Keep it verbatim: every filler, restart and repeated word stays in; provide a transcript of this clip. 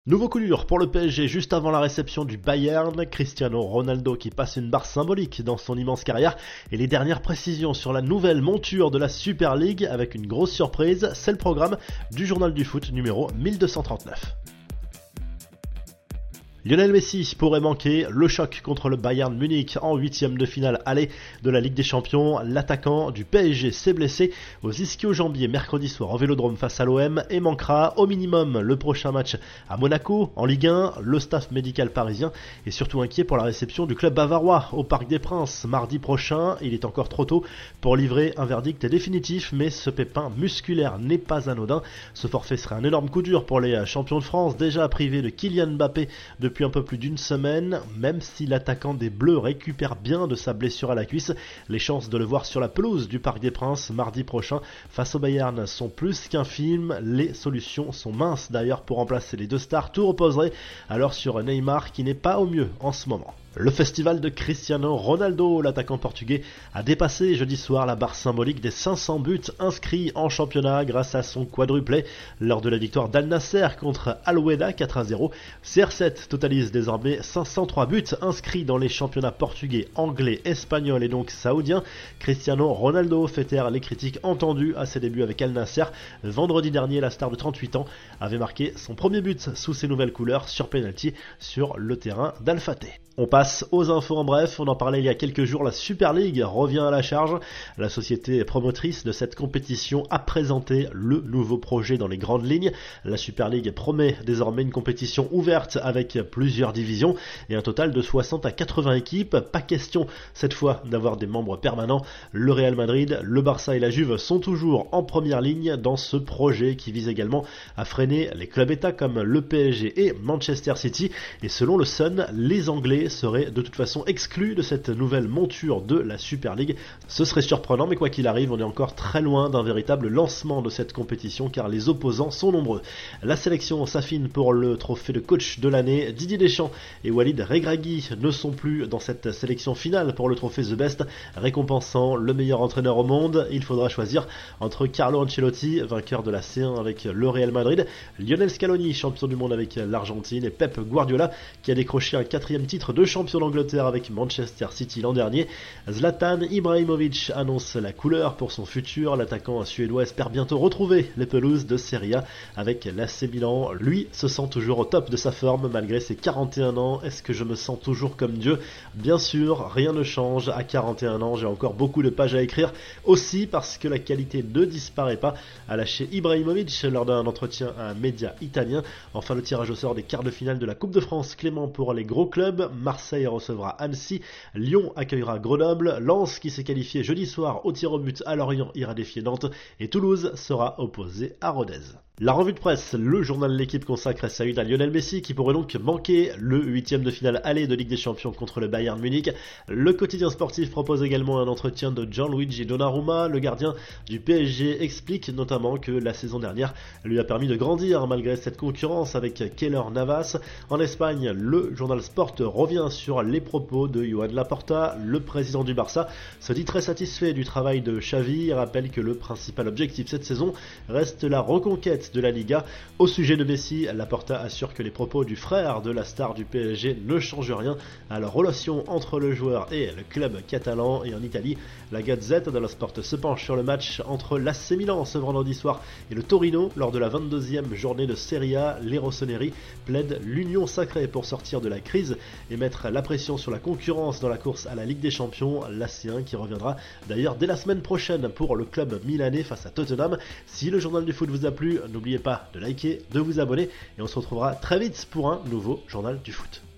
Nouveau coup dur pour le P S G juste avant la réception du Bayern, Cristiano Ronaldo qui passe une barre symbolique dans son immense carrière et les dernières précisions sur la nouvelle monture de la Super League avec une grosse surprise, c'est le programme du journal du foot numéro mille deux cent trente-neuf. Lionel Messi pourrait manquer le choc contre le Bayern Munich en huitième de finale aller de la Ligue des Champions. L'attaquant du P S G s'est blessé aux ischio-jambiers mercredi soir au Vélodrome face à l'O M et manquera au minimum le prochain match à Monaco en Ligue un. Le staff médical parisien est surtout inquiet pour la réception du club bavarois au Parc des Princes mardi prochain. Il est encore trop tôt pour livrer un verdict définitif, mais ce pépin musculaire n'est pas anodin. Ce forfait serait un énorme coup dur pour les champions de France déjà privés de Kylian Mbappé de Depuis un peu plus d'une semaine. Même si l'attaquant des Bleus récupère bien de sa blessure à la cuisse, les chances de le voir sur la pelouse du Parc des Princes mardi prochain face au Bayern sont plus qu'infimes. Les solutions sont minces d'ailleurs pour remplacer les deux stars. Tout reposerait alors sur Neymar qui n'est pas au mieux en ce moment. Le festival de Cristiano Ronaldo, l'attaquant portugais, a dépassé jeudi soir la barre symbolique des cinq cents buts inscrits en championnat grâce à son quadruplé lors de la victoire d'Al Nasser contre Al Wehda quatre à zéro. C R sept totalise désormais cinq cent trois buts inscrits dans les championnats portugais, anglais, espagnol et donc saoudien. Cristiano Ronaldo fait taire les critiques entendues à ses débuts avec Al Nasser. Vendredi dernier, la star de trente-huit ans avait marqué son premier but sous ses nouvelles couleurs sur penalty sur le terrain d'Al Fateh. On passe aux infos en bref, on en parlait il y a quelques jours, la Super League revient à la charge. La société promotrice de cette compétition a présenté le nouveau projet dans les grandes lignes. La Super League promet désormais une compétition ouverte avec plusieurs divisions et un total de soixante à quatre-vingts équipes. Pas question cette fois d'avoir des membres permanents. Le Real Madrid, le Barça et la Juve sont toujours en première ligne dans ce projet qui vise également à freiner les clubs états comme le P S G et Manchester City. Et selon le Sun, les Anglais serait de toute façon exclu de cette nouvelle monture de la Super League. Ce serait surprenant, mais quoi qu'il arrive, on est encore très loin d'un véritable lancement de cette compétition car les opposants sont nombreux. La sélection s'affine pour le trophée de coach de l'année. Didier Deschamps et Walid Regragui ne sont plus dans cette sélection finale pour le trophée The Best, récompensant le meilleur entraîneur au monde. Il faudra choisir entre Carlo Ancelotti, vainqueur de la C un avec le Real Madrid, Lionel Scaloni, champion du monde avec l'Argentine, et Pep Guardiola, qui a décroché un quatrième titre de champion d'Angleterre avec Manchester City l'an dernier. Zlatan Ibrahimovic annonce la couleur pour son futur. L'attaquant suédois espère bientôt retrouver les pelouses de Serie A avec l'A C Milan. Lui se sent toujours au top de sa forme malgré ses quarante et un ans. Est-ce que je me sens toujours comme Dieu ? Bien sûr, rien ne change. À quarante et un ans, j'ai encore beaucoup de pages à écrire. Aussi parce que la qualité ne disparaît pas, a lâché Ibrahimovic lors d'un entretien à un média italien. Enfin, le tirage au sort des quarts de finale de la Coupe de France clément pour les gros clubs. Marseille recevra Annecy, Lyon accueillera Grenoble, Lens qui s'est qualifié jeudi soir au tir au but à Lorient ira défier Nantes et Toulouse sera opposé à Rodez. La revue de presse, le journal de l'équipe consacre sa une à Lionel Messi qui pourrait donc manquer le huitième de finale aller de Ligue des Champions contre le Bayern Munich. Le quotidien sportif propose également un entretien de Gianluigi Donnarumma. Le gardien du P S G explique notamment que la saison dernière lui a permis de grandir malgré cette concurrence avec Keylor Navas. En Espagne, le journal Sport revient sur les propos de Joan Laporta. Le président du Barça se dit très satisfait du travail de Xavi et rappelle que le principal objectif cette saison reste la reconquête de la Liga. Au sujet de Messi, Laporta assure que les propos du frère de la star du P S G ne changent rien à la relation entre le joueur et le club catalan. Et en Italie, la Gazzetta dello Sport se penche sur le match entre l'A C Milan ce vendredi soir et le Torino lors de la vingt-deuxième journée de Serie A. Les rossoneri plaident l'union sacrée pour sortir de la crise et mettre la pression sur la concurrence dans la course à la Ligue des Champions. L'A C un qui reviendra d'ailleurs dès la semaine prochaine pour le club milanais face à Tottenham. Si le journal du foot vous a plu, n'oubliez pas de liker, de vous abonner et on se retrouvera très vite pour un nouveau journal du foot.